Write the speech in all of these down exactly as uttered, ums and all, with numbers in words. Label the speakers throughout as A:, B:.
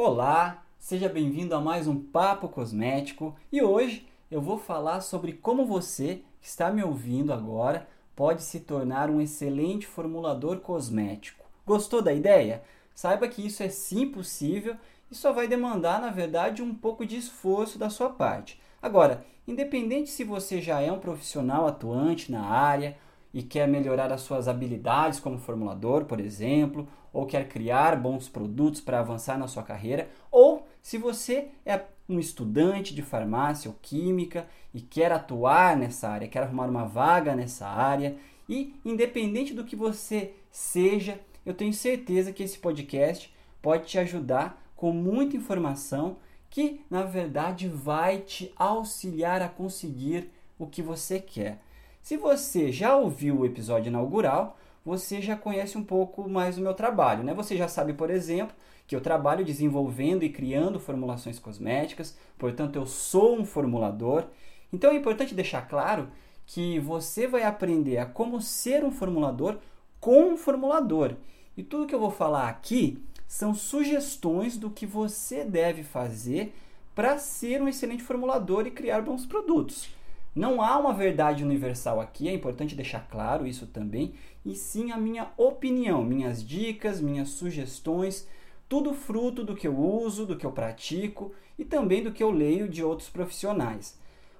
A: Olá, seja bem-vindo a mais um Papo Cosmético e hoje eu vou falar sobre como você, que está me ouvindo agora, pode se tornar um excelente formulador cosmético. Gostou da ideia? Saiba que isso é sim possível e só vai demandar, na verdade, um pouco de esforço da sua parte. Agora, independente se você já é um profissional atuante na área e quer melhorar as suas habilidades como formulador, por exemplo, ou quer criar bons produtos para avançar na sua carreira, ou se você é um estudante de farmácia ou química e quer atuar nessa área, quer arrumar uma vaga nessa área, e independente do que você seja, eu tenho certeza que esse podcast pode te ajudar com muita informação que, na verdade, vai te auxiliar a conseguir o que você quer. Se você já ouviu o episódio inaugural, você já conhece um pouco mais do meu trabalho, né? Você já sabe, por exemplo, que eu trabalho desenvolvendo e criando formulações cosméticas, portanto eu sou um formulador. Então é importante deixar claro que você vai aprender a como ser um formulador com um formulador. E tudo que eu vou falar aqui são sugestões do que você deve fazer para ser um excelente formulador e criar bons produtos. Não há uma verdade universal aqui, é importante deixar claro isso também, e sim a minha opinião, minhas dicas, minhas sugestões, tudo fruto do que eu uso, do que eu pratico e também do que eu leio de outros profissionais.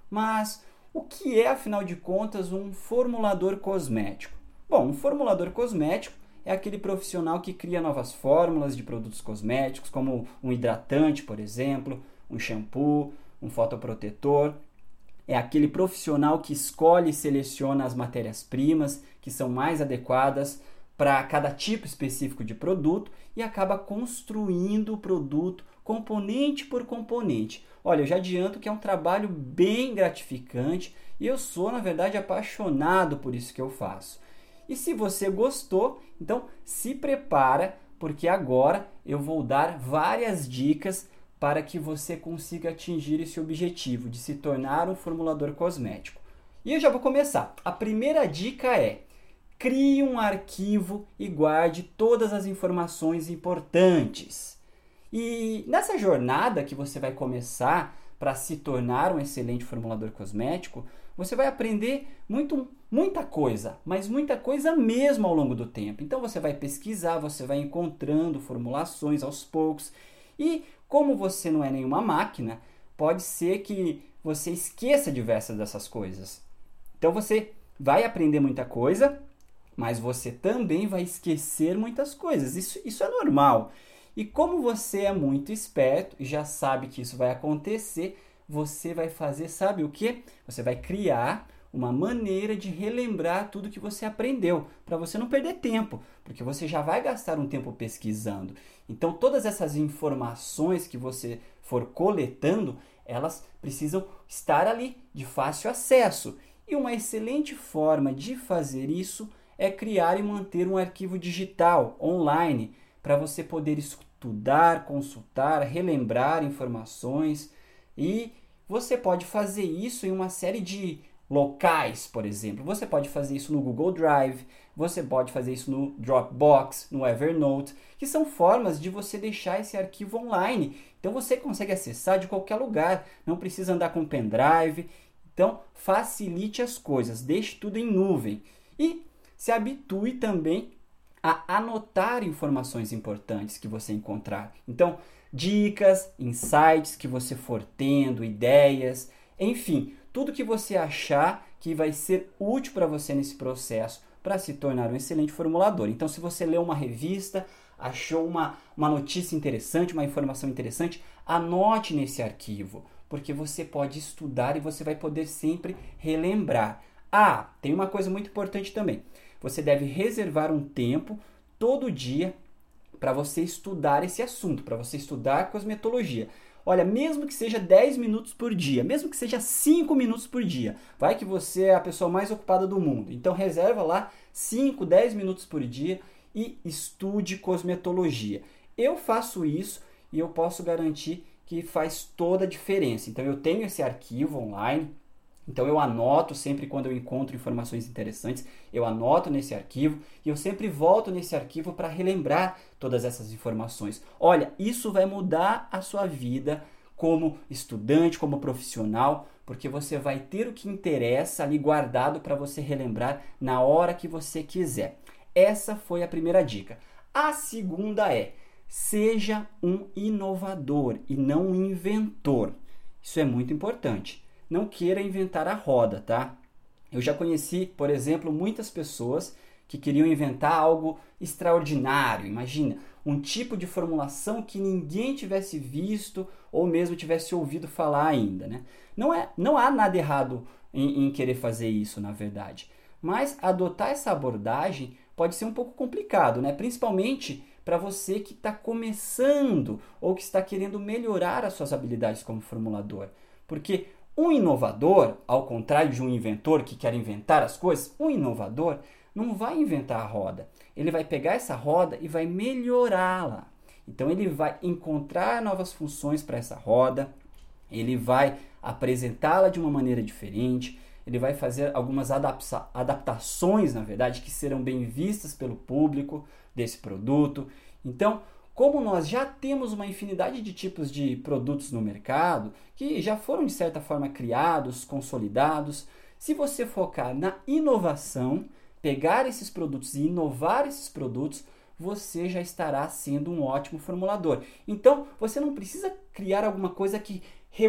A: Mas o que é, afinal de contas, um formulador cosmético? Bom, um formulador cosmético é aquele profissional que cria novas fórmulas de produtos cosméticos, como um hidratante, por exemplo, um shampoo, um fotoprotetor. É aquele profissional que escolhe e seleciona as matérias-primas que são mais adequadas para cada tipo específico de produto e acaba construindo o produto componente por componente. Olha, eu já adianto que é um trabalho bem gratificante e eu sou, na verdade, apaixonado por isso que eu faço. E se você gostou, então se prepara, porque agora eu vou dar várias dicas para que você consiga atingir esse objetivo de se tornar um formulador cosmético. E eu já vou começar. A primeira dica é: crie um arquivo e guarde todas as informações importantes. E nessa jornada que você vai começar para se tornar um excelente formulador cosmético, você vai aprender muito, muita coisa, mas muita coisa mesmo ao longo do tempo. Então você vai pesquisar, você vai encontrando formulações aos poucos. E como você não é nenhuma máquina, pode ser que você esqueça diversas dessas coisas. Então você vai aprender muita coisa, mas você também vai esquecer muitas coisas. Isso, isso é normal. E como você é muito esperto e já sabe que isso vai acontecer, você vai fazer, sabe o quê? Você vai criar uma maneira de relembrar tudo que você aprendeu, para você não perder tempo, porque você já vai gastar um tempo pesquisando. Então, todas essas informações que você for coletando, elas precisam estar ali de fácil acesso. E uma excelente forma de fazer isso é criar e manter um arquivo digital, online, para você poder estudar, consultar, relembrar informações. E você pode fazer isso em uma série de locais, por exemplo. Você pode fazer isso no Google Drive, você pode fazer isso no Dropbox, no Evernote, que são formas de você deixar esse arquivo online. Então você consegue acessar de qualquer lugar, não precisa andar com pendrive. Então facilite as coisas, deixe tudo em nuvem. E se habitue também a anotar informações importantes que você encontrar. Então, dicas, insights que você for tendo, ideias, enfim, tudo que você achar que vai ser útil para você nesse processo para se tornar um excelente formulador. Então, se você leu uma revista, achou uma, uma notícia interessante, uma informação interessante, anote nesse arquivo, porque você pode estudar e você vai poder sempre relembrar. Ah, tem uma coisa muito importante também. Você deve reservar um tempo todo dia para você estudar esse assunto, para você estudar cosmetologia. Olha, mesmo que seja dez minutos por dia, mesmo que seja cinco minutos por dia, vai que você é a pessoa mais ocupada do mundo. Então reserva lá cinco, dez minutos por dia e estude cosmetologia. Eu faço isso e eu posso garantir que faz toda a diferença. Então eu tenho esse arquivo online Então eu anoto sempre quando eu encontro informações interessantes, eu anoto nesse arquivo e eu sempre volto nesse arquivo para relembrar todas essas informações. Olha, isso vai mudar a sua vida como estudante, como profissional, porque você vai ter o que interessa ali guardado para você relembrar na hora que você quiser. Essa foi a primeira dica. A segunda é: seja um inovador e não um inventor. Isso é muito importante. Não queira inventar a roda, tá? Eu já conheci, por exemplo, muitas pessoas que queriam inventar algo extraordinário. Imagina, um tipo de formulação que ninguém tivesse visto ou mesmo tivesse ouvido falar ainda, né? Não, é, não há nada errado em, em querer fazer isso, na verdade. Mas adotar essa abordagem pode ser um pouco complicado, né? Principalmente para você que está começando ou que está querendo melhorar as suas habilidades como formulador. Porque um inovador, ao contrário de um inventor que quer inventar as coisas, um inovador não vai inventar a roda. Ele vai pegar essa roda e vai melhorá-la. Então ele vai encontrar novas funções para essa roda, ele vai apresentá-la de uma maneira diferente, ele vai fazer algumas adapta- adaptações, na verdade, que serão bem vistas pelo público desse produto. Então, como nós já temos uma infinidade de tipos de produtos no mercado, que já foram de certa forma criados, consolidados, se você focar na inovação, pegar esses produtos e inovar esses produtos, você já estará sendo um ótimo formulador. Então, você não precisa criar alguma coisa que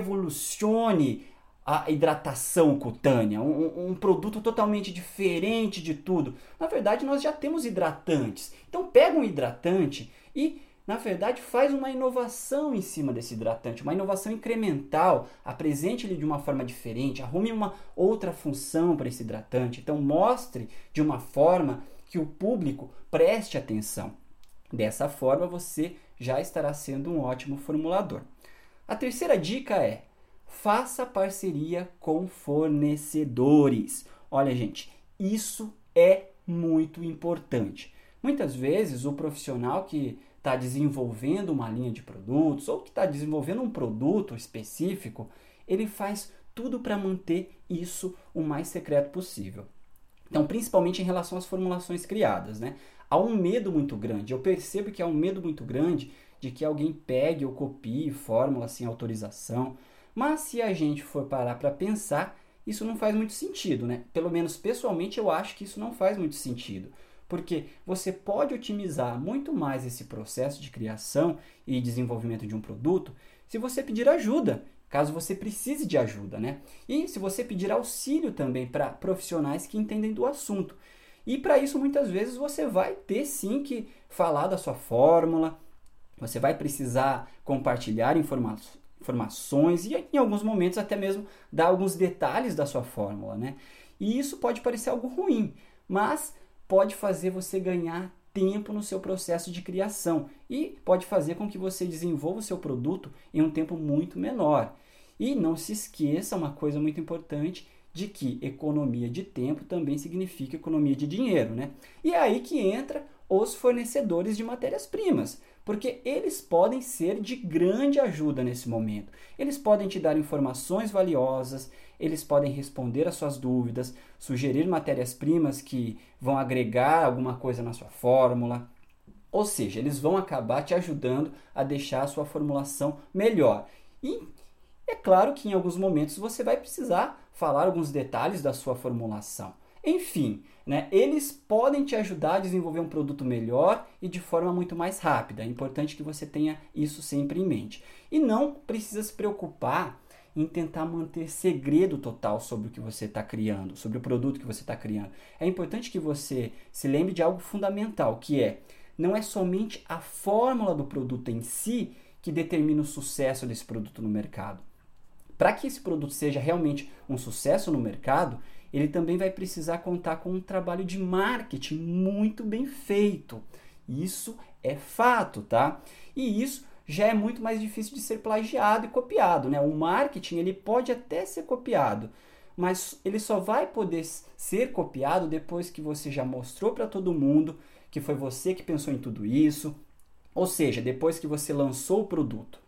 A: revolucione a hidratação cutânea, um, um produto totalmente diferente de tudo. Na verdade, nós já temos hidratantes. Então, pega um hidratante e, na verdade, faz uma inovação em cima desse hidratante, uma inovação incremental, apresente ele de uma forma diferente, arrume uma outra função para esse hidratante. Então, mostre de uma forma que o público preste atenção. Dessa forma, você já estará sendo um ótimo formulador. A terceira dica é: faça parceria com fornecedores. Olha, gente, isso é muito importante. Muitas vezes o profissional que está desenvolvendo uma linha de produtos ou que está desenvolvendo um produto específico, ele faz tudo para manter isso o mais secreto possível. Então, principalmente em relação às formulações criadas, né? Há um medo muito grande. Eu percebo que há um medo muito grande de que alguém pegue ou copie fórmula sem autorização. Mas se a gente for parar para pensar, isso não faz muito sentido, né? Pelo menos pessoalmente eu acho que isso não faz muito sentido. Porque você pode otimizar muito mais esse processo de criação e desenvolvimento de um produto se você pedir ajuda, caso você precise de ajuda, né? E se você pedir auxílio também para profissionais que entendem do assunto. E para isso, muitas vezes, você vai ter sim que falar da sua fórmula, você vai precisar compartilhar informações, informações e em alguns momentos até mesmo dar alguns detalhes da sua fórmula, né? E isso pode parecer algo ruim, mas pode fazer você ganhar tempo no seu processo de criação e pode fazer com que você desenvolva o seu produto em um tempo muito menor. E não se esqueça uma coisa muito importante, de que economia de tempo também significa economia de dinheiro, né? E é aí que entra os fornecedores de matérias-primas, porque eles podem ser de grande ajuda nesse momento. Eles podem te dar informações valiosas, eles podem responder às suas dúvidas, sugerir matérias-primas que vão agregar alguma coisa na sua fórmula. Ou seja, eles vão acabar te ajudando a deixar a sua formulação melhor. E é claro que em alguns momentos você vai precisar falar alguns detalhes da sua formulação. Enfim, né, eles podem te ajudar a desenvolver um produto melhor e de forma muito mais rápida. É importante que você tenha isso sempre em mente. E não precisa se preocupar em tentar manter segredo total sobre o que você está criando, sobre o produto que você está criando. É importante que você se lembre de algo fundamental, que é, não é somente a fórmula do produto em si que determina o sucesso desse produto no mercado. Para que esse produto seja realmente um sucesso no mercado, ele também vai precisar contar com um trabalho de marketing muito bem feito. Isso é fato, tá? E isso já é muito mais difícil de ser plagiado e copiado, né? O marketing, ele pode até ser copiado, mas ele só vai poder ser copiado depois que você já mostrou para todo mundo que foi você que pensou em tudo isso, ou seja, depois que você lançou o produto.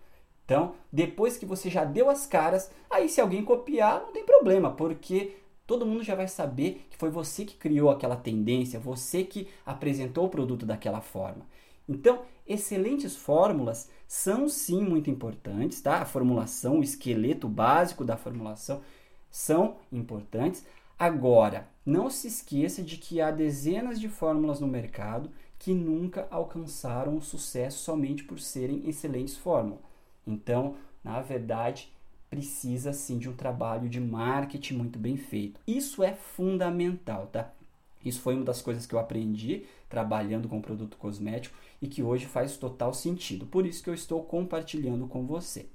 A: Então, depois que você já deu as caras, aí se alguém copiar, não tem problema, porque todo mundo já vai saber que foi você que criou aquela tendência, você que apresentou o produto daquela forma. Então, excelentes fórmulas são sim muito importantes, tá? A formulação, o esqueleto básico da formulação são importantes. Agora, não se esqueça de que há dezenas de fórmulas no mercado que nunca alcançaram o sucesso somente por serem excelentes fórmulas. Então, na verdade, precisa sim de um trabalho de marketing muito bem feito. Isso é fundamental, tá? Isso foi uma das coisas que eu aprendi trabalhando com produto cosmético e que hoje faz total sentido. Por isso que eu estou compartilhando com você.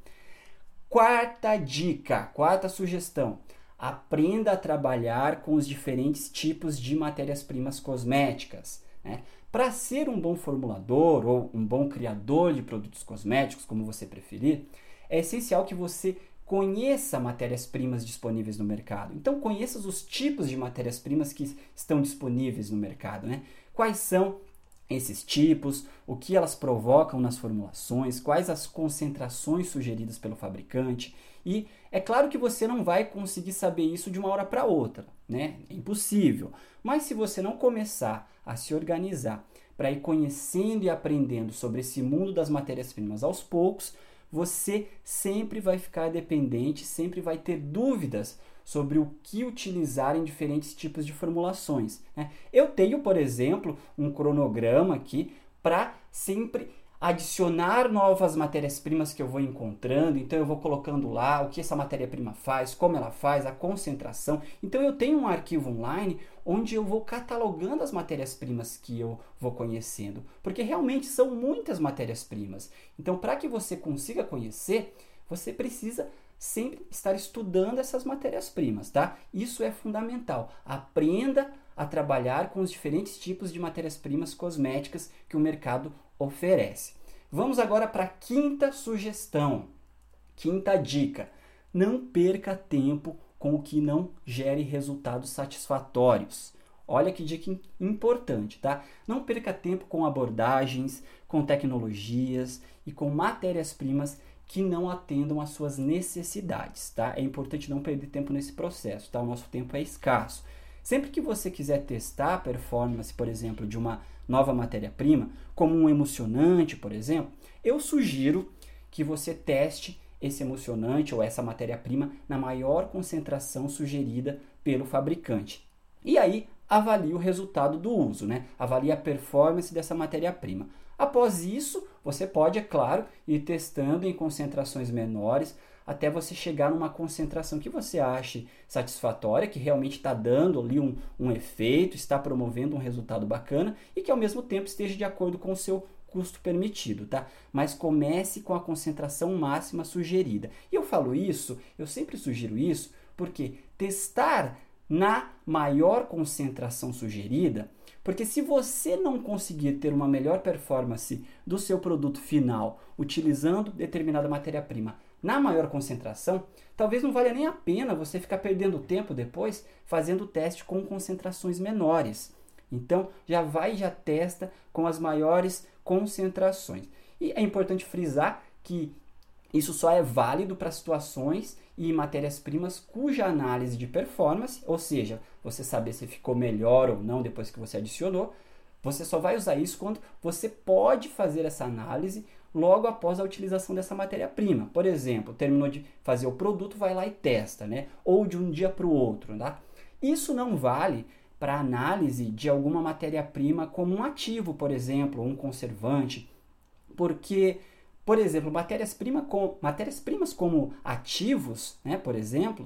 A: Quarta dica, quarta sugestão. Aprenda a trabalhar com os diferentes tipos de matérias-primas cosméticas, né? Para ser um bom formulador ou um bom criador de produtos cosméticos, como você preferir, é essencial que você conheça matérias-primas disponíveis no mercado. Então, conheça os tipos de matérias-primas que estão disponíveis no mercado, né? Quais são esses tipos, o que elas provocam nas formulações, quais as concentrações sugeridas pelo fabricante. E é claro que você não vai conseguir saber isso de uma hora para outra, né? É impossível. Mas se você não começar a se organizar para ir conhecendo e aprendendo sobre esse mundo das matérias-primas aos poucos, você sempre vai ficar dependente, sempre vai ter dúvidas sobre o que utilizar em diferentes tipos de formulações, né? Eu tenho, por exemplo, um cronograma aqui para sempre adicionar novas matérias-primas que eu vou encontrando. Então eu vou colocando lá o que essa matéria-prima faz, como ela faz, a concentração. Então eu tenho um arquivo online onde eu vou catalogando as matérias-primas que eu vou conhecendo, porque realmente são muitas matérias-primas. Então, para que você consiga conhecer, você precisa sempre estar estudando essas matérias-primas, tá? Isso é fundamental. Aprenda a trabalhar com os diferentes tipos de matérias-primas cosméticas que o mercado oferece. Vamos agora para a quinta sugestão, quinta dica. Não perca tempo com o que não gere resultados satisfatórios. Olha que dica importante, tá? Não perca tempo com abordagens, com tecnologias e com matérias-primas que não atendam às suas necessidades, tá? É importante não perder tempo nesse processo, tá? O nosso tempo é escasso. Sempre que você quiser testar a performance, por exemplo, de uma nova matéria-prima, como um emulsionante, por exemplo, eu sugiro que você teste esse emulsionante ou essa matéria-prima na maior concentração sugerida pelo fabricante. E aí, avalie o resultado do uso, né? Avalie a performance dessa matéria-prima. Após isso, você pode, é claro, ir testando em concentrações menores até você chegar numa concentração que você ache satisfatória, que realmente está dando ali um, um efeito, está promovendo um resultado bacana e que ao mesmo tempo esteja de acordo com o seu custo permitido, tá? Mas comece com a concentração máxima sugerida. E eu falo isso, eu sempre sugiro isso, porque testar na maior concentração sugerida, porque se você não conseguir ter uma melhor performance do seu produto final utilizando determinada matéria-prima na maior concentração, talvez não valha nem a pena você ficar perdendo tempo depois fazendo o teste com concentrações menores. Então, já vai e já testa com as maiores concentrações. E é importante frisar que isso só é válido para situações e matérias-primas cuja análise de performance, ou seja, você saber se ficou melhor ou não depois que você adicionou, você só vai usar isso quando você pode fazer essa análise logo após a utilização dessa matéria-prima. Por exemplo, terminou de fazer o produto, vai lá e testa, né? Ou de um dia para o outro, tá? Isso não vale para análise de alguma matéria-prima como um ativo, por exemplo, ou um conservante, porque, por exemplo, matérias-primas com, matérias-primas como ativos, né, por exemplo,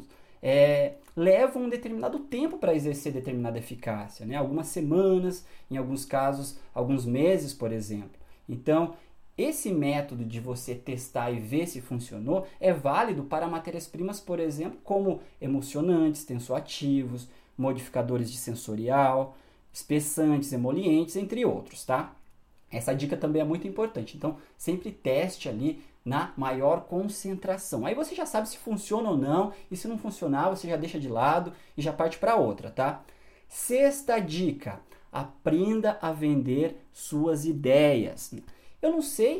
A: é, levam um determinado tempo para exercer determinada eficácia, né? Algumas semanas, em alguns casos, alguns meses, por exemplo. Então, esse método de você testar e ver se funcionou é válido para matérias-primas, por exemplo, como emulsionantes, tensoativos, modificadores de sensorial, espessantes, emolientes, entre outros, tá? Essa dica também é muito importante. Então, sempre teste ali na maior concentração. Aí você já sabe se funciona ou não, e se não funcionar, você já deixa de lado e já parte para outra, tá? Sexta dica: aprenda a vender suas ideias. Eu não sei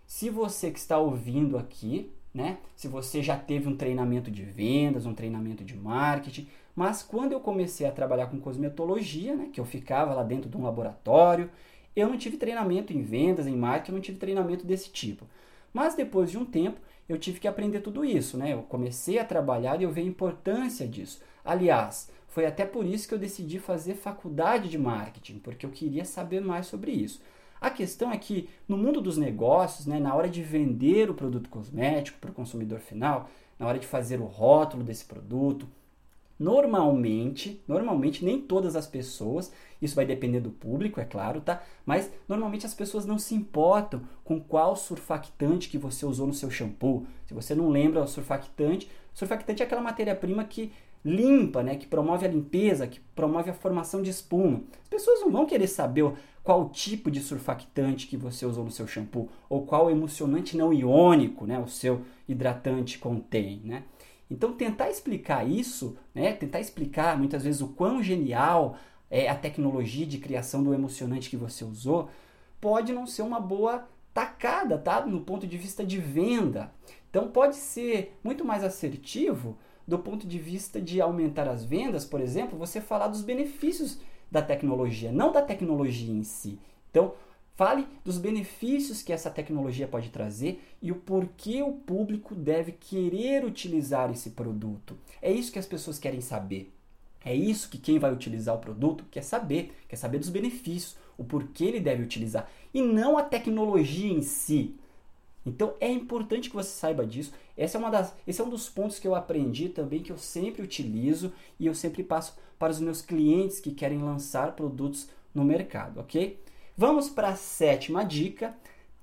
A: se você que está ouvindo aqui, né, se você já teve um treinamento de vendas, um treinamento de marketing, mas quando eu comecei a trabalhar com cosmetologia, né, que eu ficava lá dentro de um laboratório, eu não tive treinamento em vendas, em marketing, eu não tive treinamento desse tipo. Mas depois de um tempo, eu tive que aprender tudo isso, né? Eu comecei a trabalhar e eu vi a importância disso. Aliás, foi até por isso que eu decidi fazer faculdade de marketing, porque eu queria saber mais sobre isso. A questão é que no mundo dos negócios, né, na hora de vender o produto cosmético para o consumidor final, na hora de fazer o rótulo desse produto, Normalmente, normalmente, nem todas as pessoas, isso vai depender do público, é claro, tá? Mas normalmente as pessoas não se importam com qual surfactante que você usou no seu shampoo. Se você não lembra o surfactante, surfactante é aquela matéria-prima que limpa, né? Que promove a limpeza, que promove a formação de espuma. As pessoas não vão querer saber qual tipo de surfactante que você usou no seu shampoo ou qual emulsionante não iônico, né? O seu hidratante contém, né? Então, tentar explicar isso, né, tentar explicar muitas vezes o quão genial é a tecnologia de criação do emulsionante que você usou, pode não ser uma boa tacada, tá? No ponto de vista de venda. Então, pode ser muito mais assertivo do ponto de vista de aumentar as vendas, por exemplo, você falar dos benefícios da tecnologia, não da tecnologia em si. Então, fale dos benefícios que essa tecnologia pode trazer e o porquê o público deve querer utilizar esse produto. É isso que as pessoas querem saber. É isso que quem vai utilizar o produto quer saber. Quer saber dos benefícios, o porquê ele deve utilizar. E não a tecnologia em si. Então é importante que você saiba disso. Essa é uma das, esse é um dos pontos que eu aprendi também, que eu sempre utilizo e eu sempre passo para os meus clientes que querem lançar produtos no mercado, ok? Vamos para a sétima dica.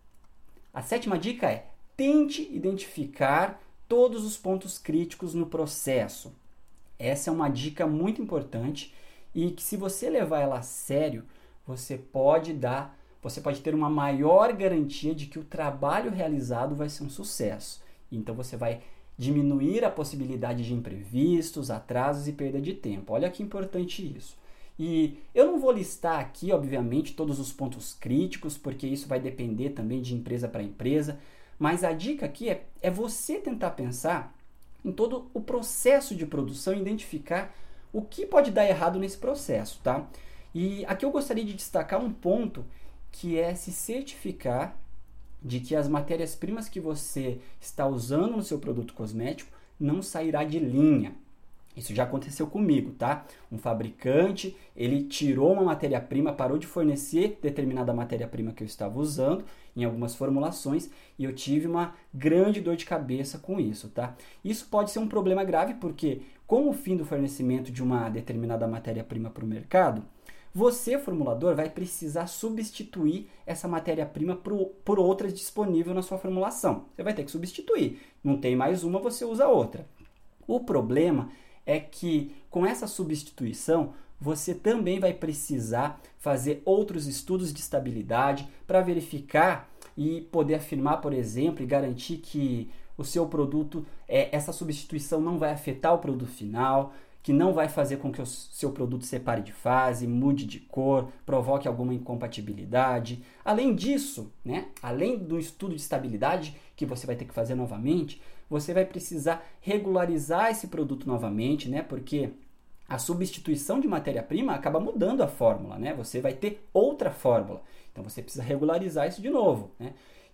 A: A sétima dica é: tente identificar todos os pontos críticos no processo. Essa é uma dica muito importante e que, se você levar ela a sério, você pode dar, você pode ter uma maior garantia de que o trabalho realizado vai ser um sucesso. Então você vai diminuir a possibilidade de imprevistos, atrasos e perda de tempo. Olha que importante isso. E eu não vou listar aqui, obviamente, todos os pontos críticos, porque isso vai depender também de empresa para empresa, mas a dica aqui é, é você tentar pensar em todo o processo de produção e identificar o que pode dar errado nesse processo, tá? E aqui eu gostaria de destacar um ponto, que é se certificar de que as matérias-primas que você está usando no seu produto cosmético não sairá de linha. Isso já aconteceu comigo, tá? Um fabricante, ele tirou uma matéria-prima, parou de fornecer determinada matéria-prima que eu estava usando em algumas formulações e eu tive uma grande dor de cabeça com isso, tá? Isso pode ser um problema grave porque, com o fim do fornecimento de uma determinada matéria-prima para o mercado, você, formulador, vai precisar substituir essa matéria-prima por, por outra disponível na sua formulação. Você vai ter que substituir. Não tem mais uma, você usa outra. O problema é que, com essa substituição, você também vai precisar fazer outros estudos de estabilidade para verificar e poder afirmar, por exemplo, e garantir que o seu produto, é, essa substituição não vai afetar o produto final, que não vai fazer com que o seu produto separe de fase, mude de cor, provoque alguma incompatibilidade. Além disso, né, além do estudo de estabilidade que você vai ter que fazer novamente, você vai precisar regularizar esse produto novamente, né, porque a substituição de matéria-prima acaba mudando a fórmula, né? Você vai ter outra fórmula. Então você precisa regularizar isso de novo, né?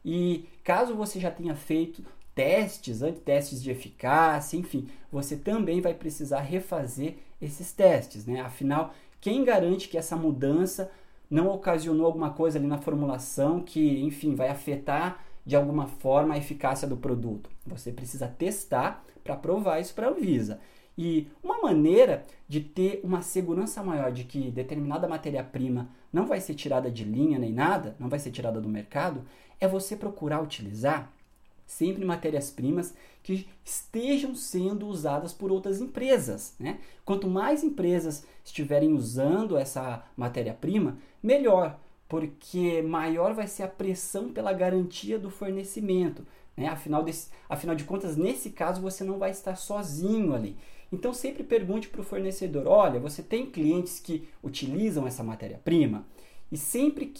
A: E caso você já tenha feito testes, testes de eficácia, enfim, você também vai precisar refazer esses testes, né? Afinal, quem garante que essa mudança não ocasionou alguma coisa ali na formulação que, enfim, vai afetar de alguma forma a eficácia do produto? Você precisa testar para provar isso para a Anvisa. E uma maneira de ter uma segurança maior de que determinada matéria-prima não vai ser tirada de linha nem nada, não vai ser tirada do mercado, é você procurar utilizar sempre matérias-primas que estejam sendo usadas por outras empresas, né? Quanto mais empresas estiverem usando essa matéria-prima, melhor, porque maior vai ser a pressão pela garantia do fornecimento, né? Afinal, desse, afinal de contas, nesse caso, você não vai estar sozinho ali. Então, sempre pergunte para o fornecedor: olha, você tem clientes que utilizam essa matéria-prima? E sempre que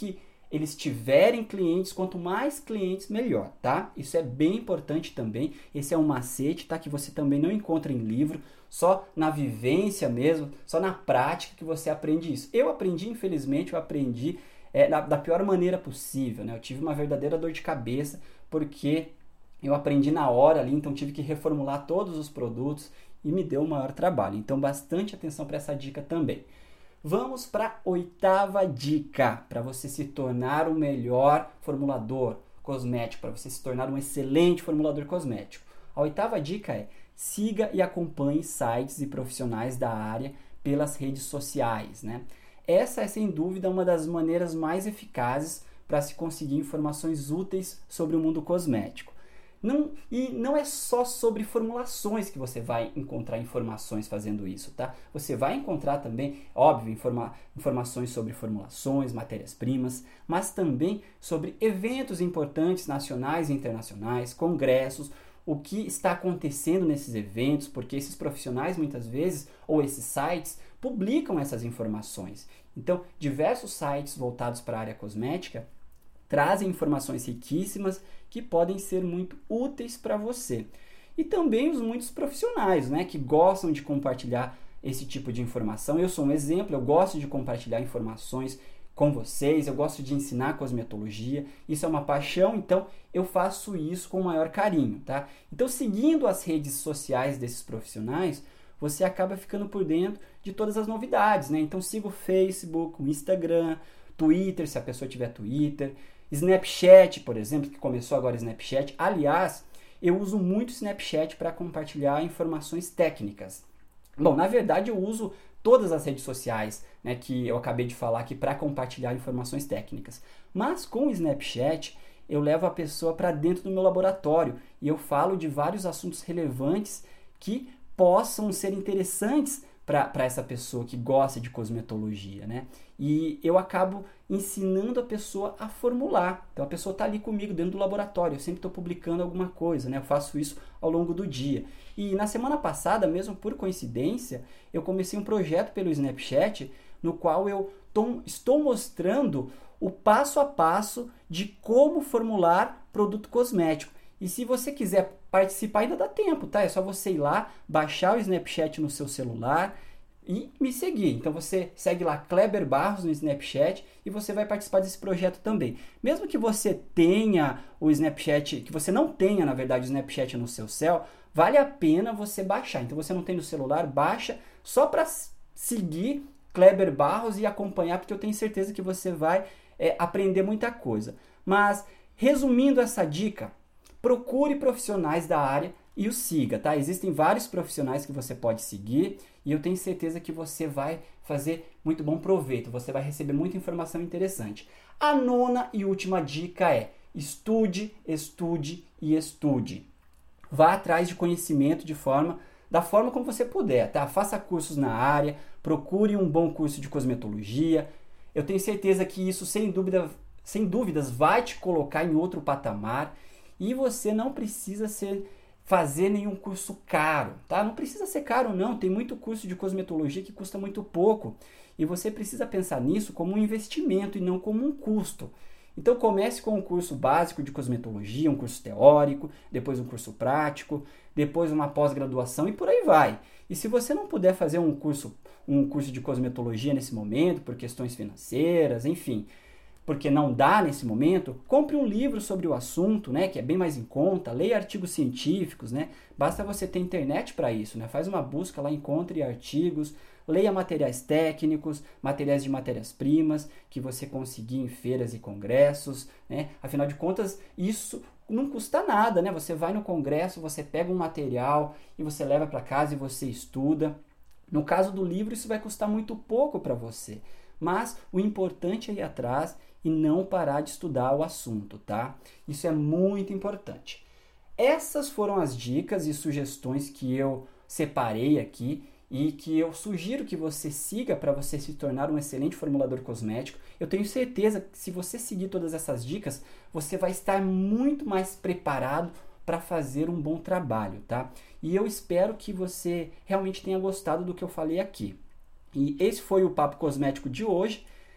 A: eles tiverem clientes, quanto mais clientes, melhor, tá? Isso é bem importante também. Esse é um macete, tá? Que você também não encontra em livro, só na vivência mesmo, só na prática que você aprende isso. Eu aprendi, infelizmente, eu aprendi é, da, da pior maneira possível, né? Eu tive uma verdadeira dor de cabeça, porque eu aprendi na hora ali, então tive que reformular todos os produtos e me deu um maior trabalho. Então, bastante atenção para essa dica também. Vamos para a oitava dica, para você se tornar o melhor formulador cosmético, para você se tornar um excelente formulador cosmético. A oitava dica é: siga e acompanhe sites e profissionais da área pelas redes sociais, né? Essa é, sem dúvida, uma das maneiras mais eficazes para se conseguir informações úteis sobre o mundo cosmético. Não, e não é só sobre formulações que você vai encontrar informações fazendo isso, tá? Você vai encontrar também, óbvio, informa, informações sobre formulações, matérias-primas, mas também sobre eventos importantes nacionais e internacionais, congressos, o que está acontecendo nesses eventos, porque esses profissionais muitas vezes, ou esses sites, publicam essas informações. Então, diversos sites voltados para a área cosmética trazem informações riquíssimas que podem ser muito úteis para você. E também os muitos profissionais, né, que gostam de compartilhar esse tipo de informação. Eu sou um exemplo, eu gosto de compartilhar informações com vocês, eu gosto de ensinar cosmetologia, isso é uma paixão, então eu faço isso com o maior carinho, tá? Então, seguindo as redes sociais desses profissionais, você acaba ficando por dentro de todas as novidades, né? Então, siga o Facebook, o Instagram, Twitter, se a pessoa tiver Twitter, Snapchat, por exemplo, que começou agora o Snapchat. Aliás, eu uso muito o Snapchat para compartilhar informações técnicas. Bom, na verdade eu uso todas as redes sociais, né, que eu acabei de falar aqui para compartilhar informações técnicas. Mas com o Snapchat eu levo a pessoa para dentro do meu laboratório e eu falo de vários assuntos relevantes que possam ser interessantes para essa pessoa que gosta de cosmetologia, né? E eu acabo ensinando a pessoa a formular. Então a pessoa está ali comigo dentro do laboratório, eu sempre estou publicando alguma coisa, né? Eu faço isso ao longo do dia. E na semana passada, mesmo por coincidência, eu comecei um projeto pelo Snapchat no qual eu tô, estou mostrando o passo a passo de como formular produto cosmético. E se você quiser participar, ainda dá tempo, tá? É só você ir lá, baixar o Snapchat no seu celular e me seguir. Então você segue lá Kleber Barros no Snapchat e você vai participar desse projeto também. Mesmo que você tenha o Snapchat, que você não tenha, na verdade, o Snapchat no seu cell, vale a pena você baixar. Então você não tem no celular, baixa só para seguir Kleber Barros e acompanhar, porque eu tenho certeza que você vai é, aprender muita coisa. Mas, resumindo essa dica, procure profissionais da área e os siga, tá? Existem vários profissionais que você pode seguir e eu tenho certeza que você vai fazer muito bom proveito, você vai receber muita informação interessante. A nona e última dica é: estude, estude e estude. Vá atrás de conhecimento de forma, da forma como você puder, tá? Faça cursos na área, procure um bom curso de cosmetologia. Eu tenho certeza que isso, sem dúvida, sem dúvidas, vai te colocar em outro patamar. E você não precisa ser, fazer nenhum curso caro, tá? Não precisa ser caro não, tem muito curso de cosmetologia que custa muito pouco. E você precisa pensar nisso como um investimento e não como um custo. Então comece com um curso básico de cosmetologia, um curso teórico, depois um curso prático, depois uma pós-graduação e por aí vai. E se você não puder fazer um curso, um curso de cosmetologia nesse momento, por questões financeiras, enfim, porque não dá nesse momento, compre um livro sobre o assunto, né, que é bem mais em conta, leia artigos científicos, né, basta você ter internet para isso, né, faz uma busca lá, encontre artigos, leia materiais técnicos, materiais de matérias-primas, que você conseguir em feiras e congressos, né, afinal de contas, isso não custa nada, né, você vai no congresso, você pega um material e você leva para casa e você estuda. No caso do livro, isso vai custar muito pouco para você, mas o importante é ir atrás e não parar de estudar o assunto, tá? Isso é muito importante. Essas foram as dicas e sugestões que eu separei aqui e que eu sugiro que você siga para você se tornar um excelente formulador cosmético. Eu tenho certeza que se você seguir todas essas dicas, você vai estar muito mais preparado para fazer um bom trabalho, tá? E eu espero que você realmente tenha gostado do que eu falei aqui. E esse foi o Papo Cosmético de hoje.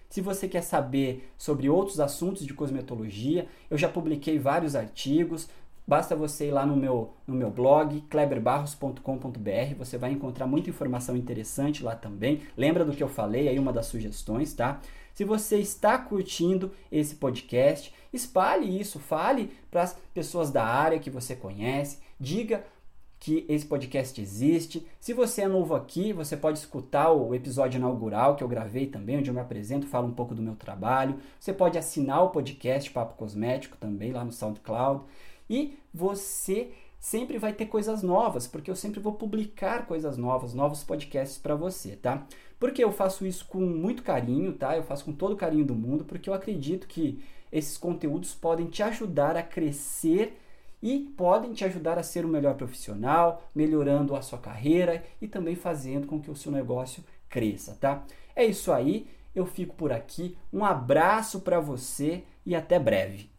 A: Se você quer saber sobre outros assuntos de cosmetologia, eu já publiquei vários artigos. Basta você ir lá no meu, no meu blog, kleber barros ponto com ponto b r, você vai encontrar muita informação interessante lá também. Lembra do que eu falei aí, uma das sugestões, tá? Se você está curtindo esse podcast, espalhe isso, fale para as pessoas da área que você conhece, diga que esse podcast existe. Se você é novo aqui, você pode escutar o episódio inaugural que eu gravei também, onde eu me apresento, falo um pouco do meu trabalho. Você pode assinar o podcast Papo Cosmético também lá no SoundCloud. E você sempre vai ter coisas novas, porque eu sempre vou publicar coisas novas, novos podcasts para você, tá? Porque eu faço isso com muito carinho, tá? Eu faço com todo o carinho do mundo, porque eu acredito que esses conteúdos podem te ajudar a crescer e podem te ajudar a ser um melhor profissional, melhorando a sua carreira e também fazendo com que o seu negócio cresça, tá? É isso aí, eu fico por aqui, um abraço para você e até breve.